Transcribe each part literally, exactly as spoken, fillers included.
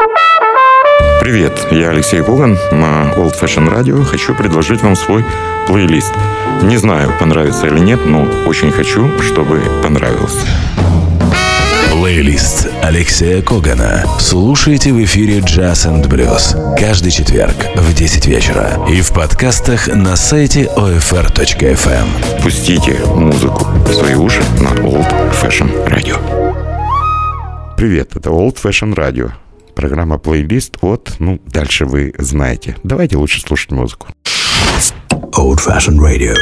Привет, я Алексей Коган на Old Fashion Radio. Хочу предложить вам свой плейлист. Не знаю, понравится или нет, но очень хочу, чтобы понравился. Плейлист Алексея Когана. Слушайте в эфире Jazz энд Blues каждый четверг в десять вечера и в подкастах на сайте о эф эр точка эф эм. Пустите музыку в свои уши на Old Fashion Radio. Привет, это Old Fashion Radio. Программа «Плейлист» от, ну, дальше вы знаете. Давайте лучше слушать музыку. Old Fashion Radio.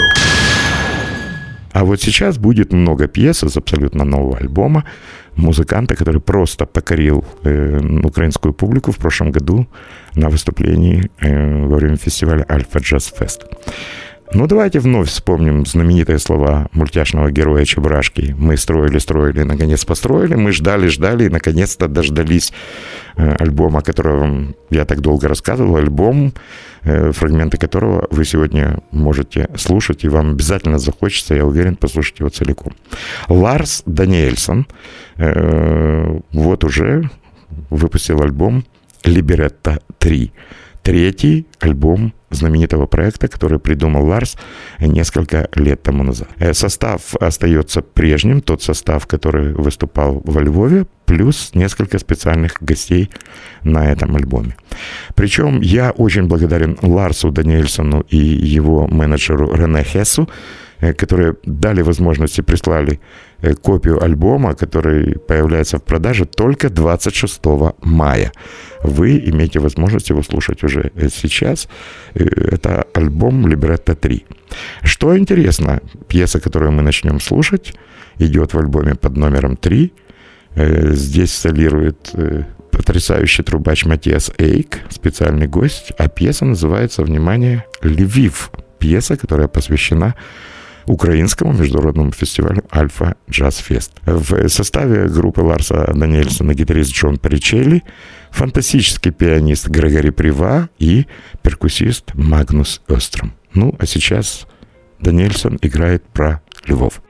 А вот сейчас будет много пьес из абсолютно нового альбома музыканта, который просто покорил э, украинскую публику в прошлом году на выступлении э, во время фестиваля Альфа Джаз Фест. Ну, давайте вновь вспомним знаменитые слова мультяшного героя Чебурашки. Мы строили, строили, наконец построили. Мы ждали, ждали и наконец-то дождались э, альбома, о котором я так долго рассказывал. Альбом, э, фрагменты которого вы сегодня можете слушать, и вам обязательно захочется, я уверен, послушать его целиком. Ларс Даниэльсон э, вот уже выпустил альбом «Либретто три». Третий альбом знаменитого проекта, который придумал Ларс несколько лет тому назад. Состав остается прежним, тот состав, который выступал во Львове, плюс несколько специальных гостей на этом альбоме. Причем я очень благодарен Ларсу Даниэльсону и его менеджеру Рене Хессу, которые дали возможность и прислали копию альбома, который появляется в продаже только двадцать шестого мая. Вы имеете возможность его слушать уже сейчас. Это альбом «Либретто три». Что интересно, пьеса, которую мы начнем слушать, идет в альбоме под номером три. Здесь солирует потрясающий трубач Матиас Эйк, специальный гость, а пьеса называется, внимание, «Львив». Пьеса, которая посвящена украинскому международному фестивалю Альфа Джаз Фест. В составе группы Ларса Даниэльсона гитарист Джон Паричелли, фантастический пианист Грегори Прива и перкуссист Магнус Остром. Ну, а сейчас Даниэльсон играет про Львов.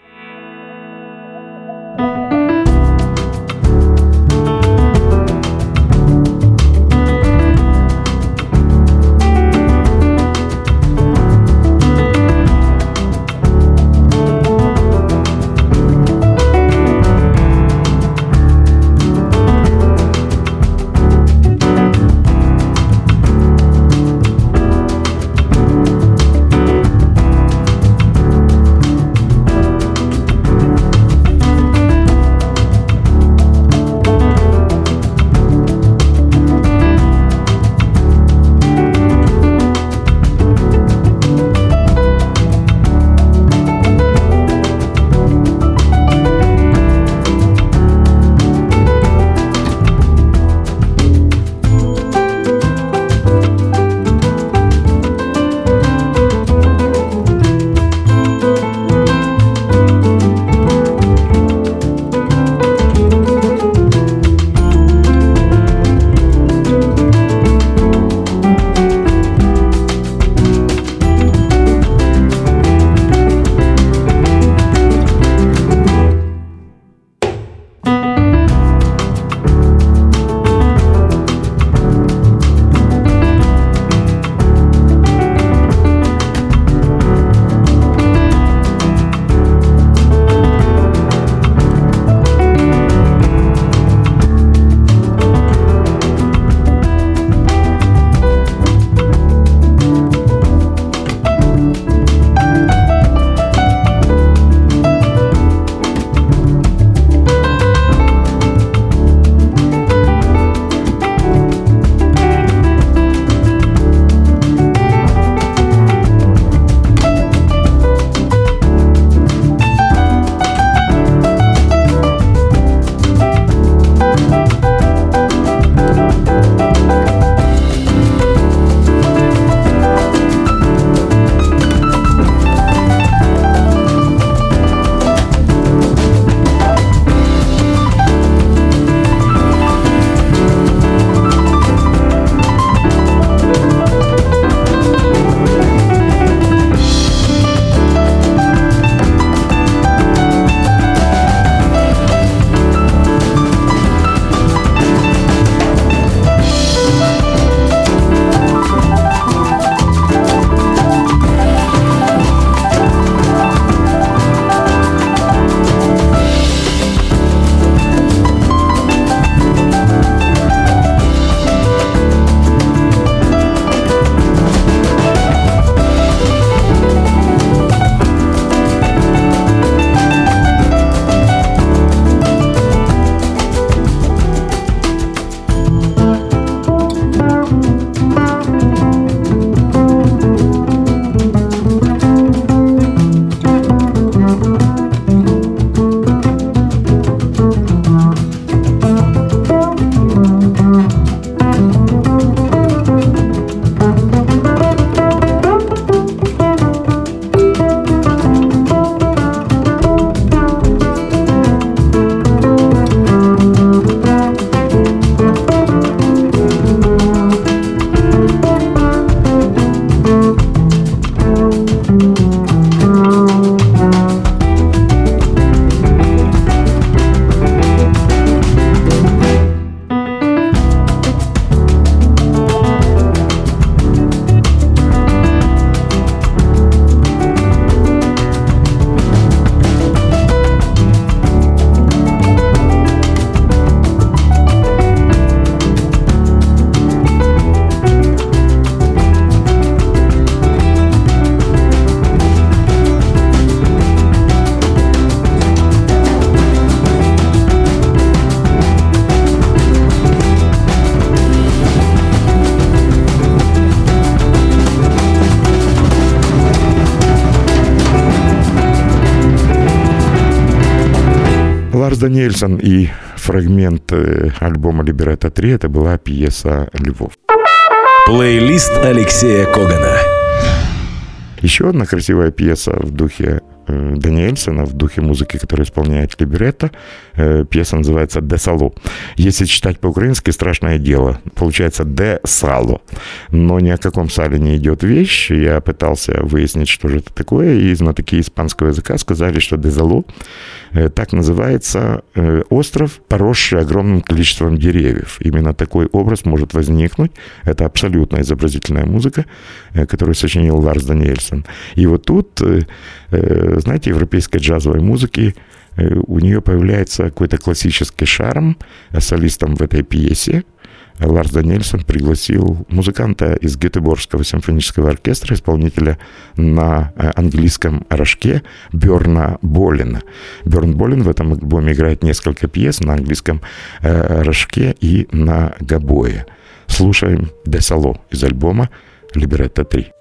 Ларс Даниэльсон и фрагмент альбома «Либретто три» — это была пьеса «Львов». Плейлист Алексея Когана. Еще одна красивая пьеса в духе э, Даниэльсона, в духе музыки, которую исполняет либретто. Э, пьеса называется «Де Сало». Если читать по-украински, страшное дело. Получается «Де Сало». Но ни о каком сале не идет речь. Я пытался выяснить, что же это такое, и знатоки испанского языка сказали, что «Де Сало» э, так называется э, остров, поросший огромным количеством деревьев. Именно такой образ может возникнуть. Это абсолютно изобразительная музыка, э, которую сочинил Ларс Даниэльсон. И вот тут, знаете, европейской джазовой музыки у нее появляется какой-то классический шарм. Солистом в этой пьесе Ларс Даниэльсон пригласил музыканта из Гетеборгского симфонического оркестра, исполнителя на английском рожке Бёрна Боллина. Бёрн Боллин в этом альбоме играет несколько пьес на английском рожке и на гобое. Слушаем «Де Сало» из альбома «Либретто три».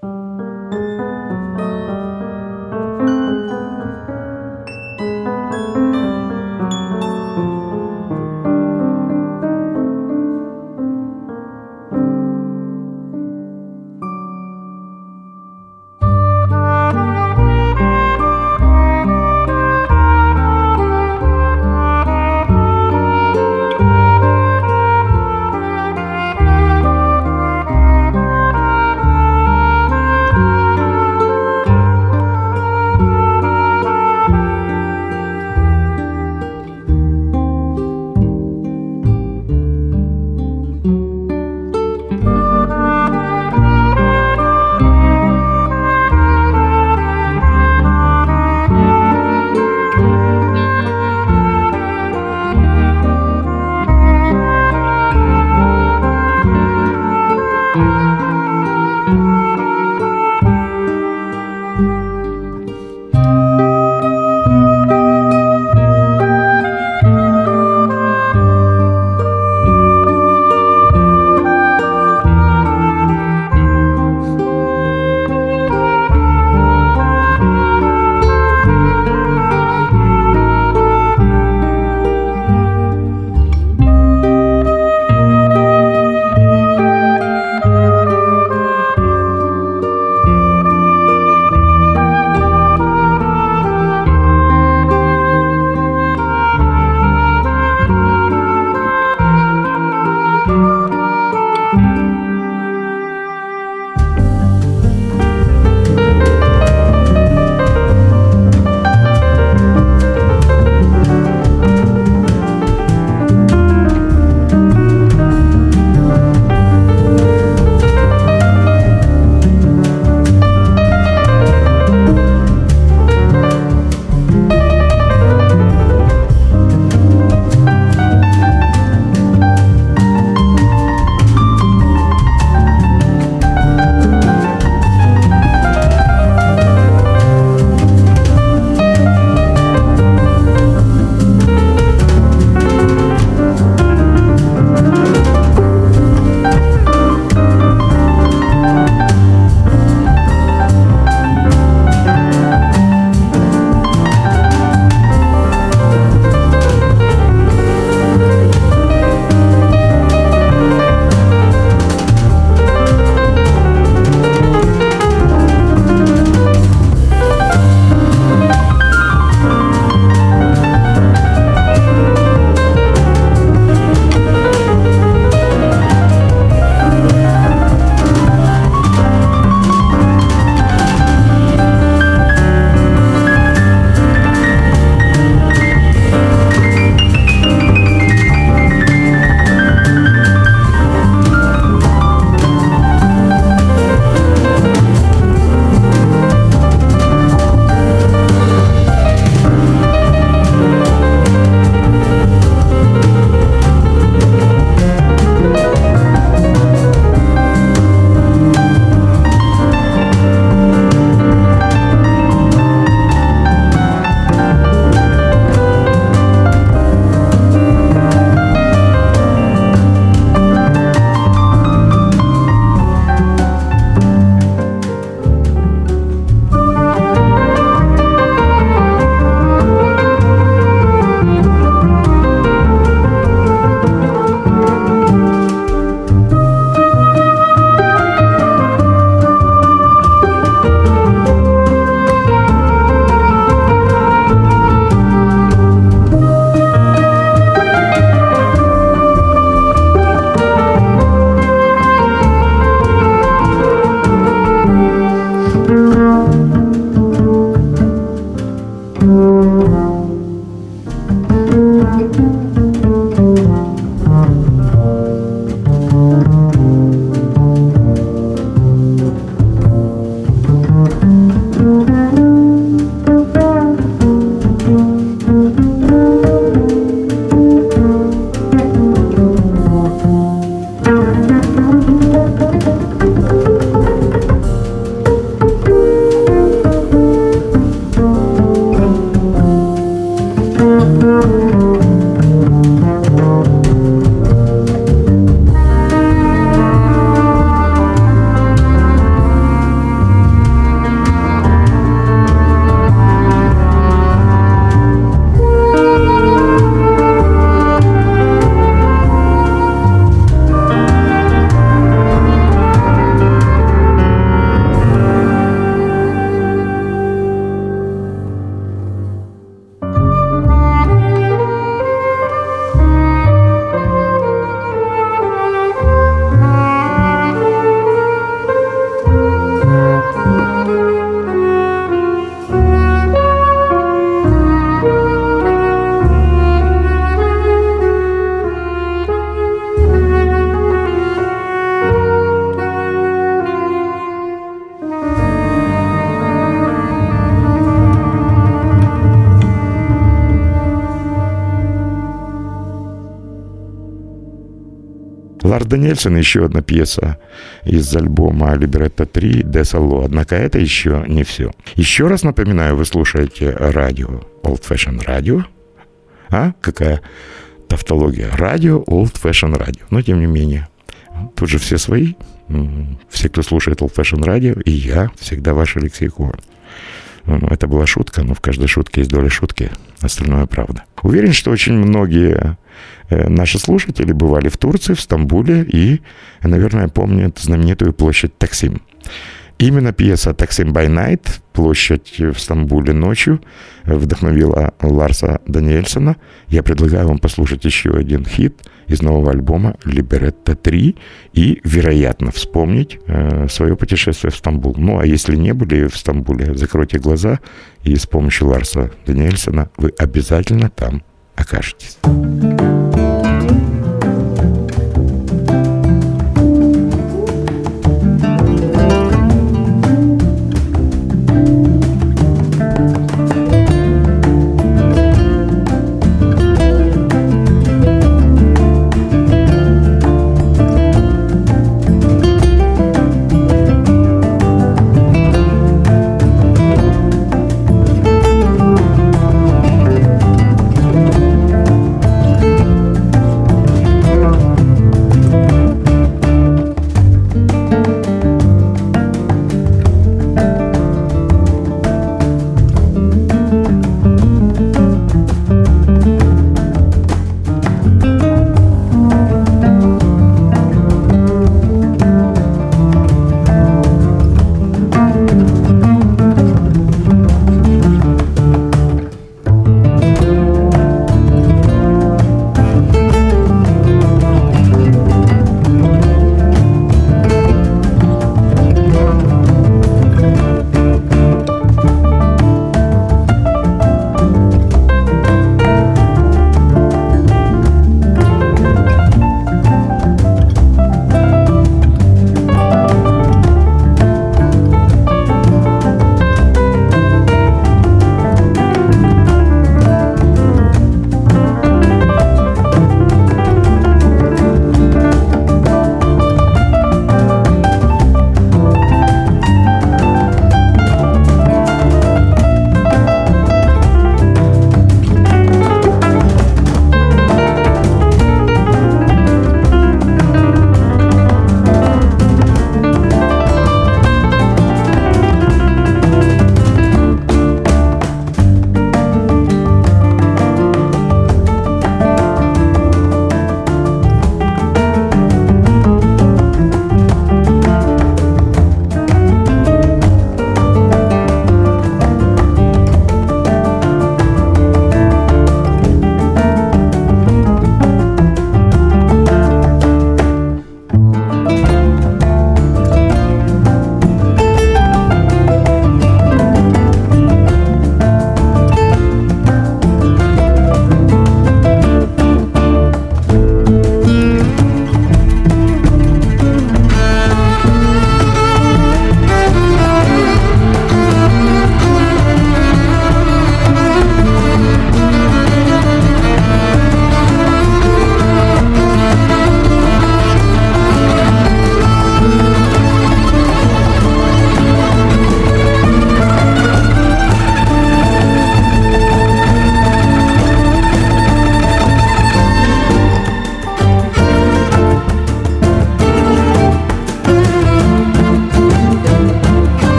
Ларс Даниэльсон, еще одна пьеса из альбома Libretto три «Десало». Однако это еще не все. Еще раз напоминаю, вы слушаете радио, Old Fashion Radio. А? Какая тавтология? Радио, Old Fashion Radio. Но тем не менее, тут же все свои. Все, кто слушает Old Fashion Radio, и я, всегда ваш Алексей Коган. Это была шутка, но в каждой шутке есть доля шутки. Остальное правда. Уверен, что очень многие наши слушатели бывали в Турции, в Стамбуле и, наверное, помнят знаменитую площадь Таксим. Именно пьеса «Taksim by Night», площадь в Стамбуле ночью, вдохновила Ларса Даниэльсона. Я предлагаю вам послушать еще один хит из нового альбома «Libretto три» и, вероятно, вспомнить э, свое путешествие в Стамбул. Ну, а если не были в Стамбуле, закройте глаза, и с помощью Ларса Даниэльсона вы обязательно там окажетесь.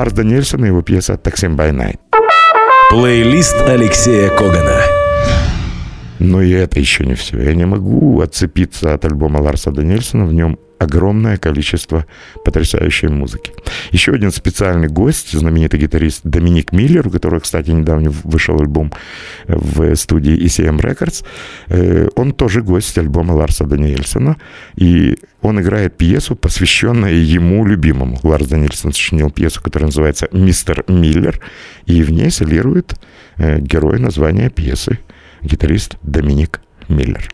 Ларс Даниэльсон и его пьеса «Taksim by Night». Плейлист Алексея Когана. Но и это еще не все. Я не могу отцепиться от альбома Ларса Даниэльсона. В нем огромное количество потрясающей музыки. Еще один специальный гость, знаменитый гитарист Доминик Миллер, у которого, кстати, недавно вышел альбом в студии и си эм Records. Он тоже гость альбома Ларса Даниэльсона. И он играет пьесу, посвященную ему любимому. Ларс Даниэльсон сочинил пьесу, которая называется «Мистер Миллер». И в ней солирует герой названия пьесы, гитарист Доминик Миллер.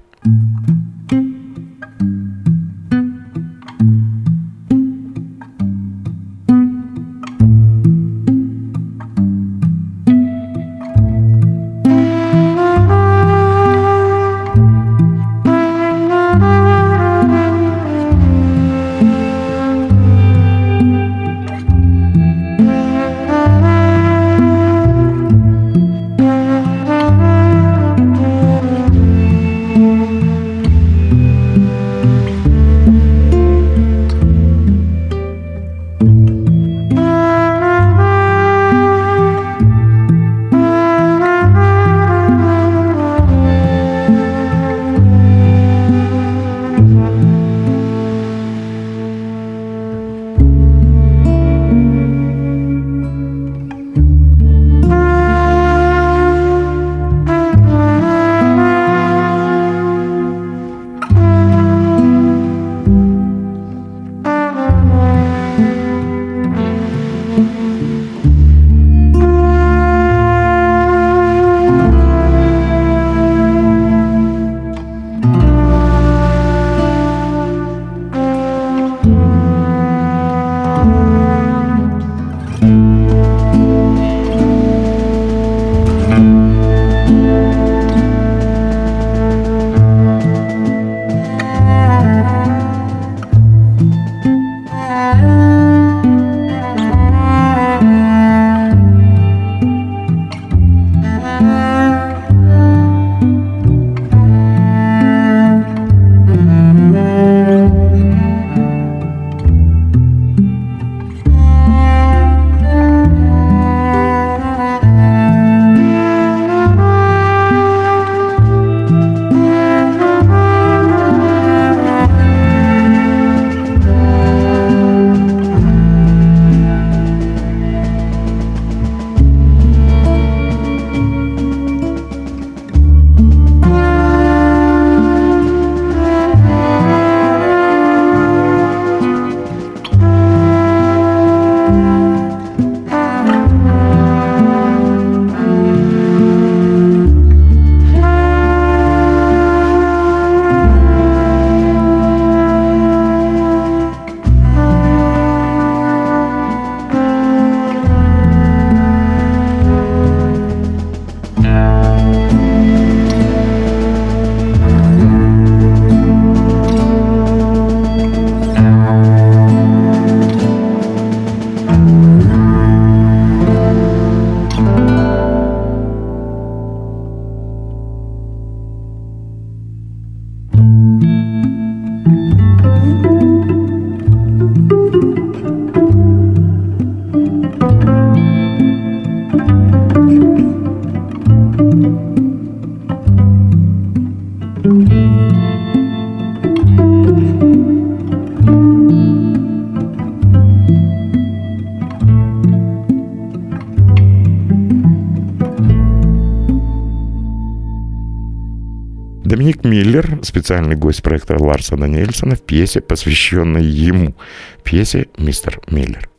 Доминик Миллер, специальный гость проекта Ларса Даниэльсона в пьесе, посвященной ему, пьесе «Мистер Миллер».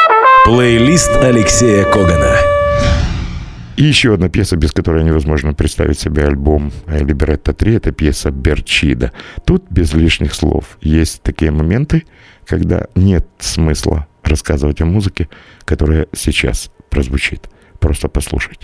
Плейлист Алексея Когана. И еще одна пьеса, без которой невозможно представить себе альбом «Либретто три», это пьеса Берчида. Тут без лишних слов. Есть такие моменты, когда нет смысла рассказывать о музыке, которая сейчас прозвучит. Просто послушайте.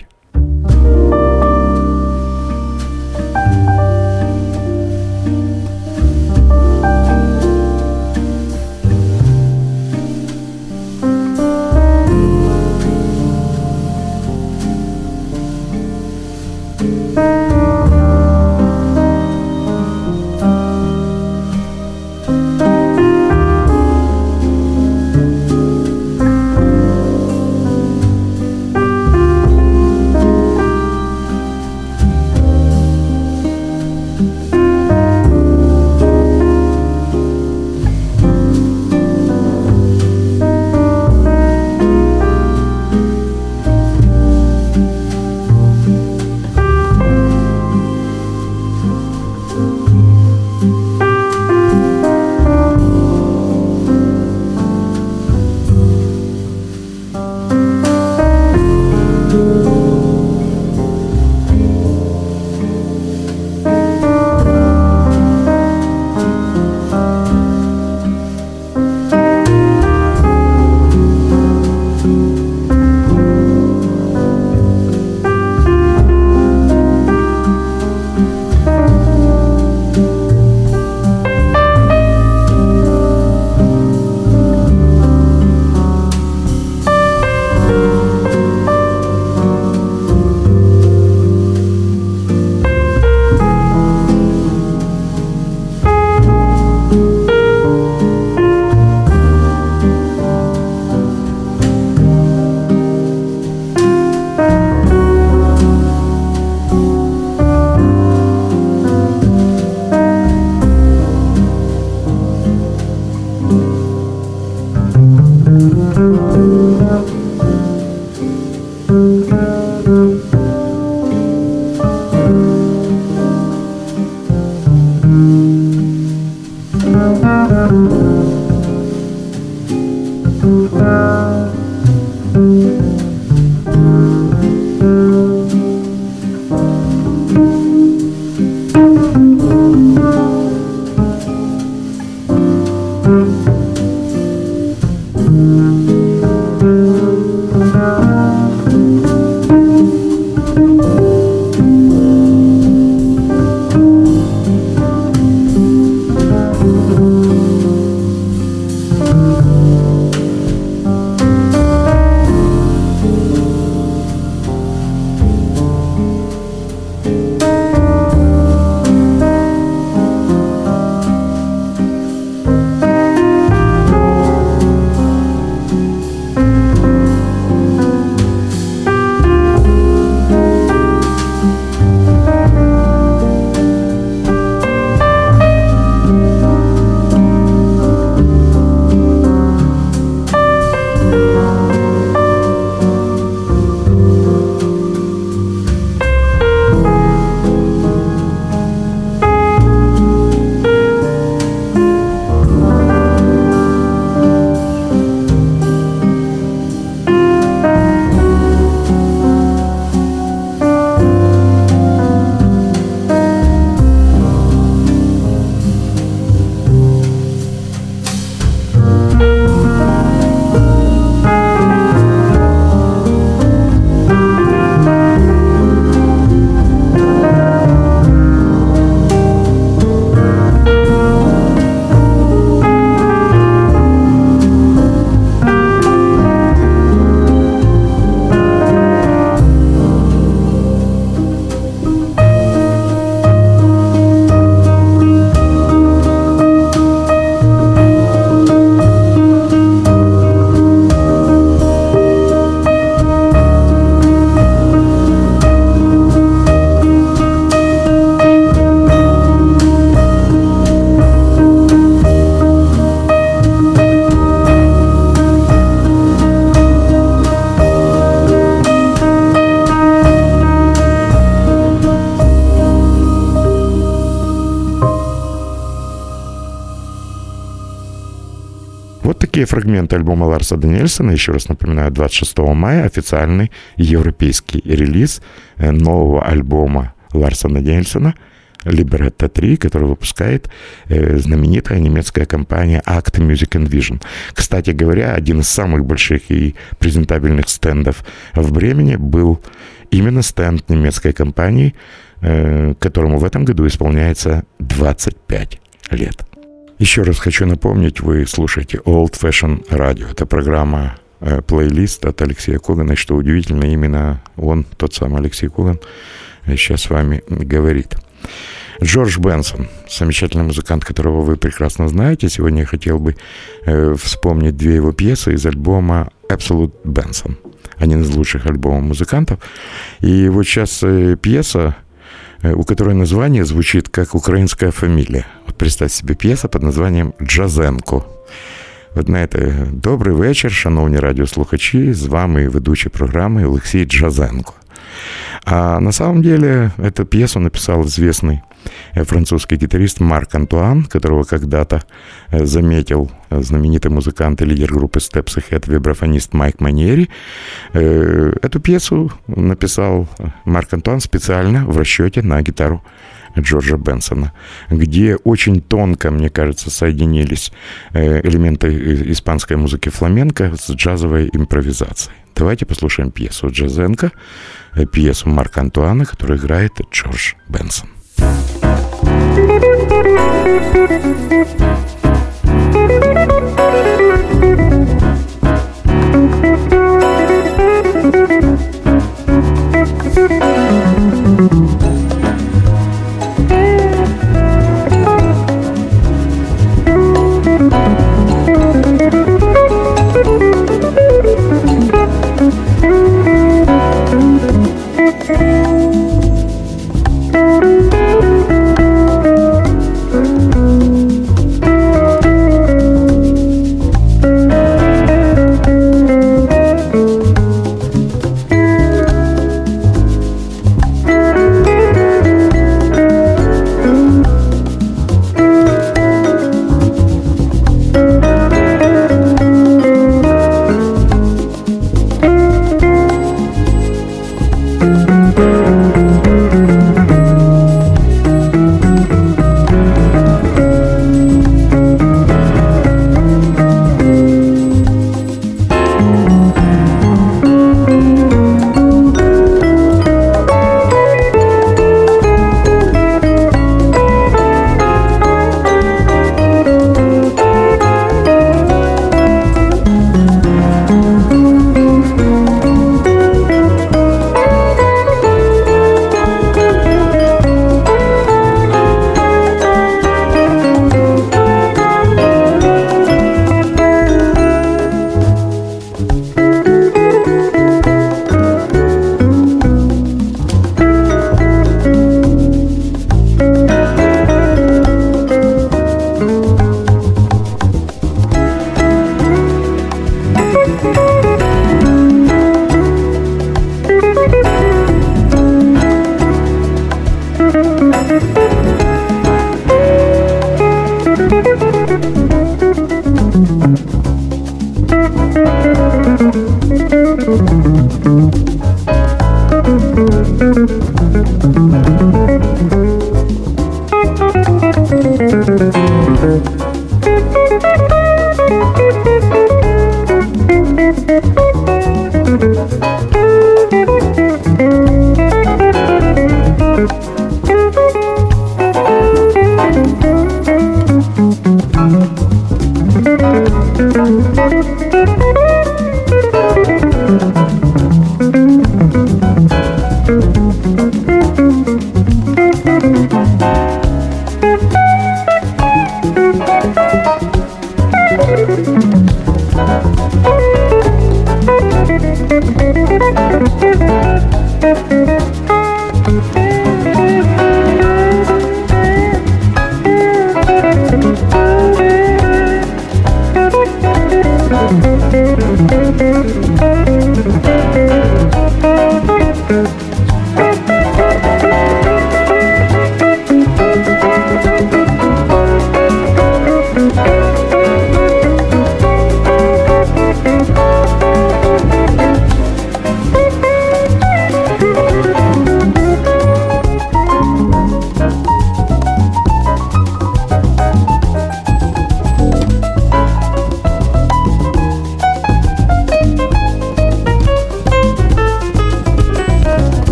Вот такие фрагменты альбома Ларса Даниэльсона. Еще раз напоминаю, двадцать шестого мая официальный европейский релиз нового альбома Ларса Даниэльсона «Libretto три», который выпускает э, знаменитая немецкая компания Act Music and Vision. Кстати говоря, один из самых больших и презентабельных стендов в Бремени был именно стенд немецкой компании, э, которому в этом году исполняется двадцать пять лет. Еще раз хочу напомнить, вы слушаете Old Fashion Radio. Это программа э, плейлист от Алексея Когана. И что удивительно, именно он, тот самый Алексей Коган, сейчас с вами говорит. Джордж Бенсон, замечательный музыкант, которого вы прекрасно знаете. Сегодня я хотел бы э, вспомнить две его пьесы из альбома Absolute Benson. Один из лучших альбомов музыкантов. И вот сейчас э, пьеса, э, у которой название звучит как украинская фамилия. Вот представьте себе, пьеса под названием «Джазенко». От знаєте, добрий вечір, шановні радіослухачі, з вами ведучий программы Олексій Джазенко. А на самом деле эту пьесу написал известный французский гитарист Марк Антуан, которого когда-то заметил знаменитый музыкант и лидер группы Steps Ahead, вибрафонист Майк Маньери. Эту пьесу написал Марк Антуан специально в расчете на гитару Джорджа Бенсона, где очень тонко, мне кажется, соединились элементы испанской музыки фламенко с джазовой импровизацией. Давайте послушаем пьесу Джазенко, пьесу Марка Антуана, которую играет Джордж Бенсон.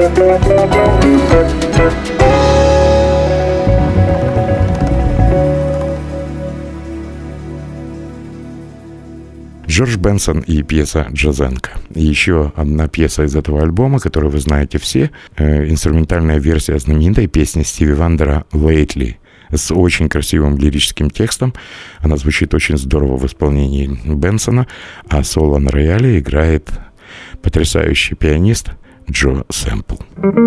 Джордж Бенсон и пьеса «Джазенко». И еще одна пьеса из этого альбома, которую вы знаете все, э, инструментальная версия знаменитой песни Стиви Вандера «Lately» с очень красивым лирическим текстом. Она звучит очень здорово в исполнении Бенсона, а соло на рояле играет потрясающий пианист Джо Сэмпл.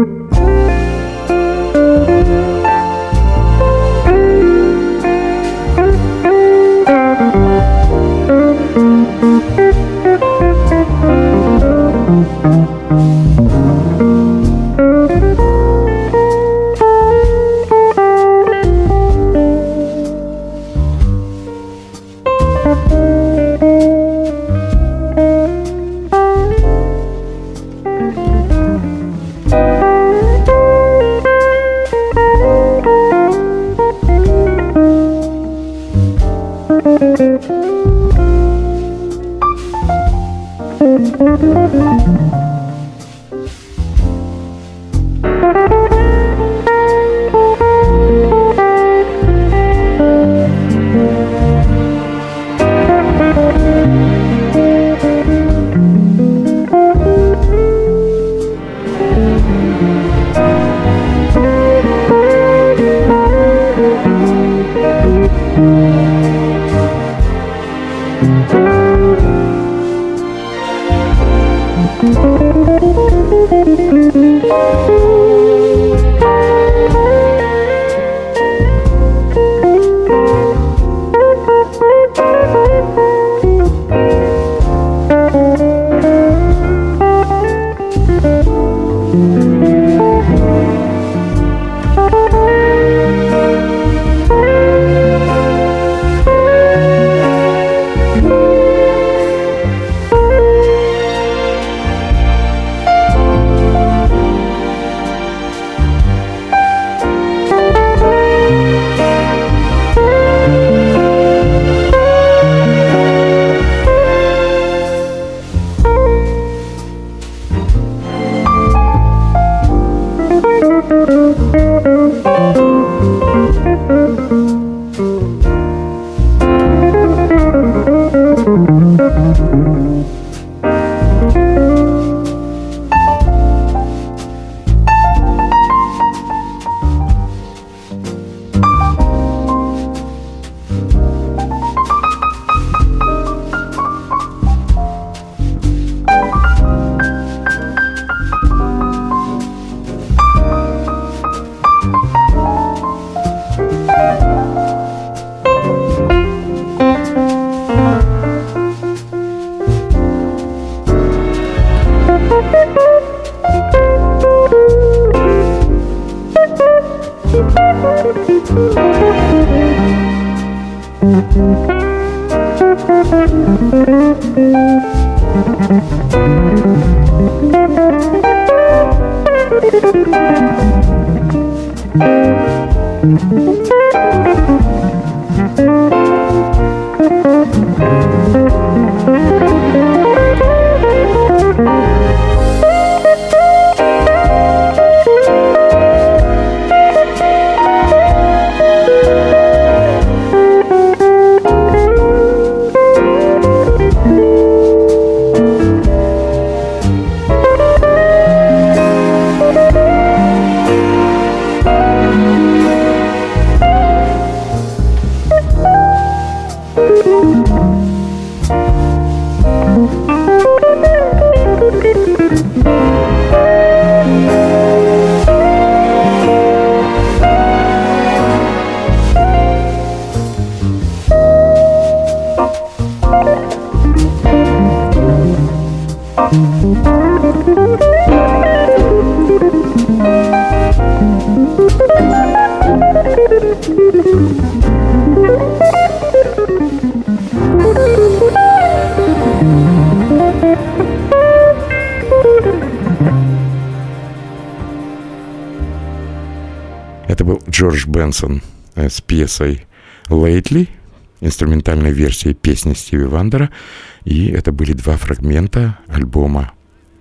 Это был Джордж Бенсон с пьесой «Lately», инструментальной версией песни Стиви Вандера. И это были два фрагмента альбома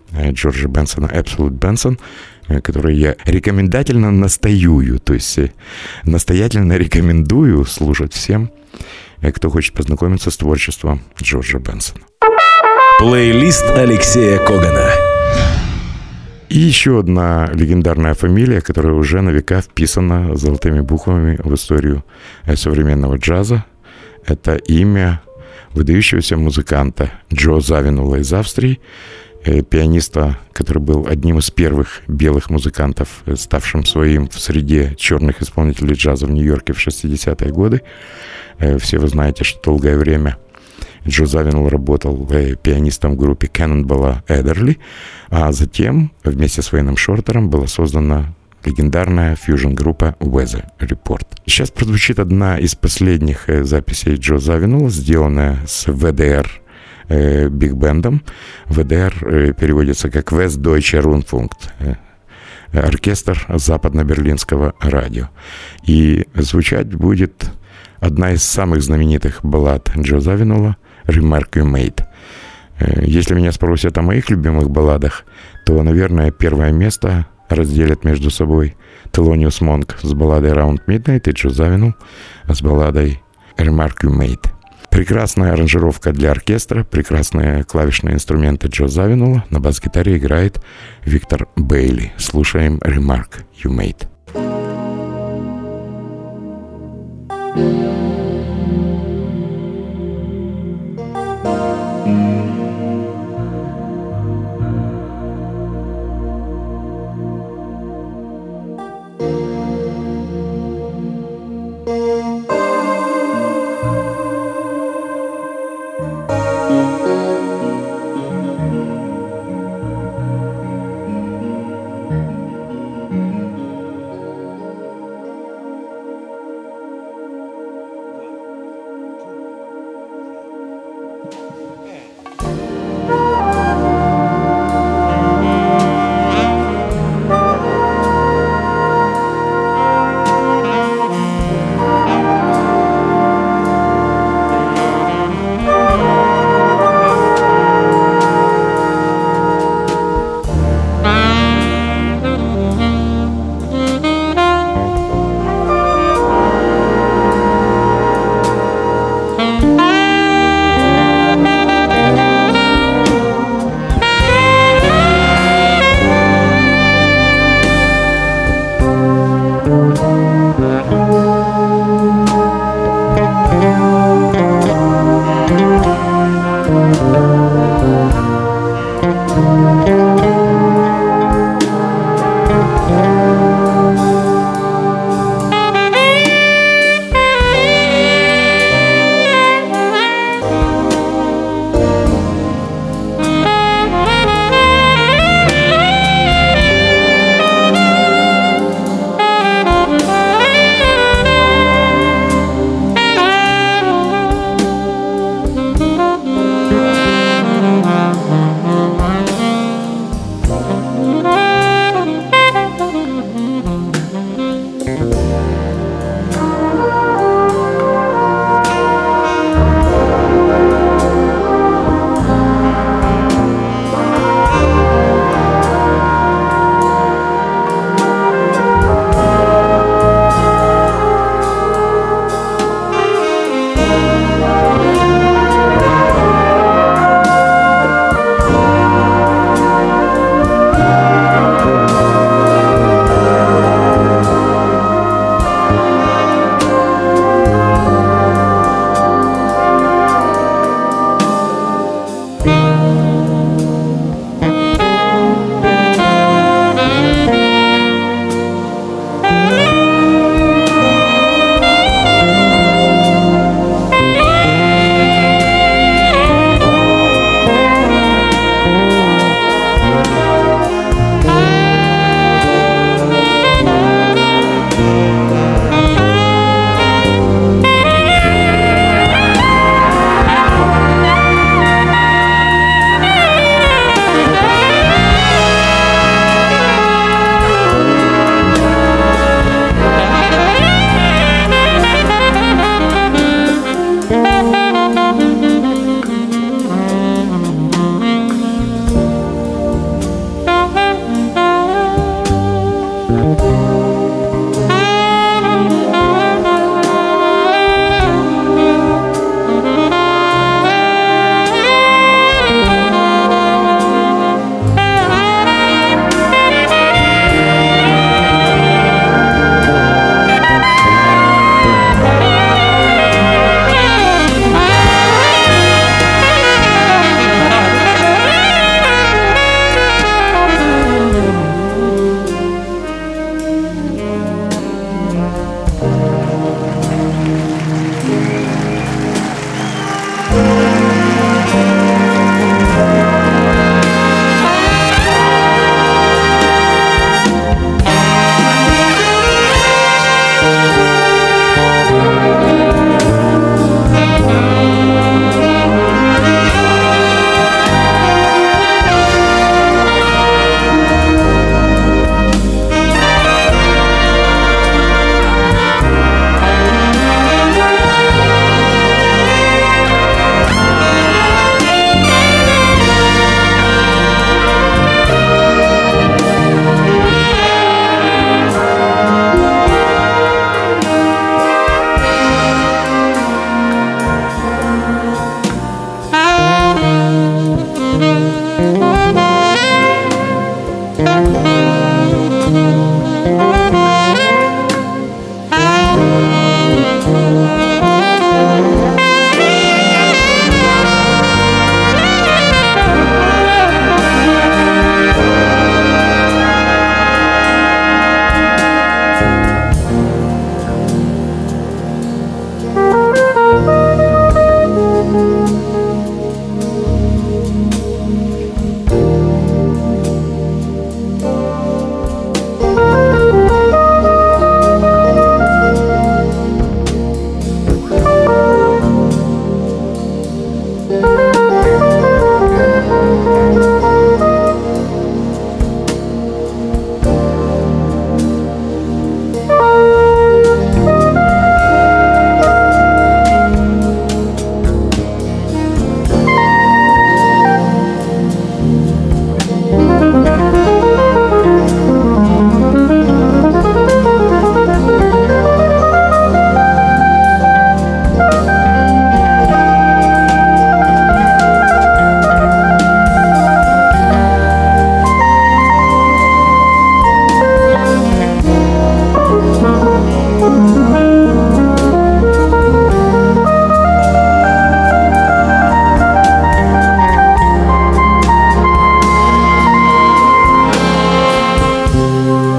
Джорджа Бенсона «Absolute Benson», который я рекомендательно настоюю, то есть настоятельно рекомендую слушать всем, кто хочет познакомиться с творчеством Джорджа Бенсона. Плейлист Алексея Когана. И еще одна легендарная фамилия, которая уже на века вписана золотыми буквами в историю современного джаза. Это имя выдающегося музыканта Джо Завинула из Австрии, пианиста, который был одним из первых белых музыкантов, ставшим своим в среде черных исполнителей джаза в Нью-Йорке в шестидесятые годы. Все вы знаете, что долгое время Джо Завинул работал пианистом в группе Cannonball Adderley, а затем вместе с Вейном Шортером была создана легендарная фьюжн-группа Weather Report. Сейчас прозвучит одна из последних записей Джо Завинула, сделанная с вэ дэ эр биг-бендом. вэ дэ эр переводится как Westdeutscher Rundfunk, оркестр западно-берлинского радио. И звучать будет одна из самых знаменитых баллад Джо Завинула «Remark You Made». Если меня спросят о моих любимых балладах, то, наверное, первое место разделят между собой Thelonious Monk с балладой «Round Midnight» и Джо Завинул с балладой «Remark You Made». Прекрасная аранжировка для оркестра, прекрасные клавишные инструменты Джо Завинула. На бас-гитаре играет Виктор Бейли. Слушаем «Remark You Made».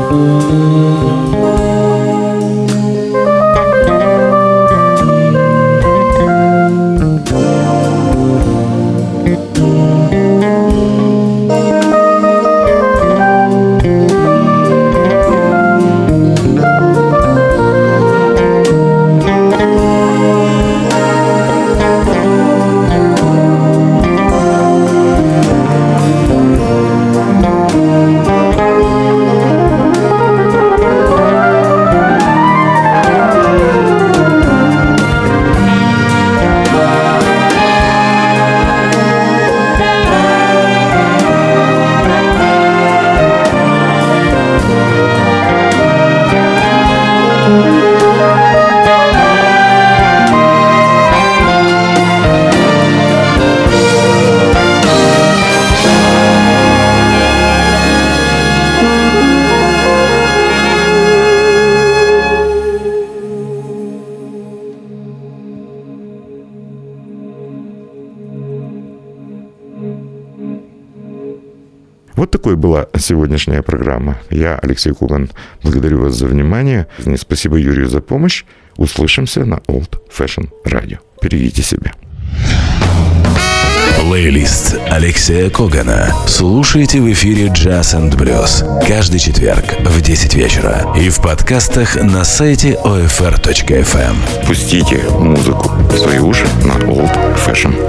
Вот такой была сегодняшняя программа. Я, Алексей Коган, благодарю вас за внимание. Спасибо Юрию за помощь. Услышимся на Old Fashion Radio. Берегите себя. Плейлист Алексея Когана слушайте в эфире Jazz энд Blues каждый четверг в десять вечера и в подкастах на сайте о эф эр точка эф эм. Пустите музыку в свои уши на Old Fashion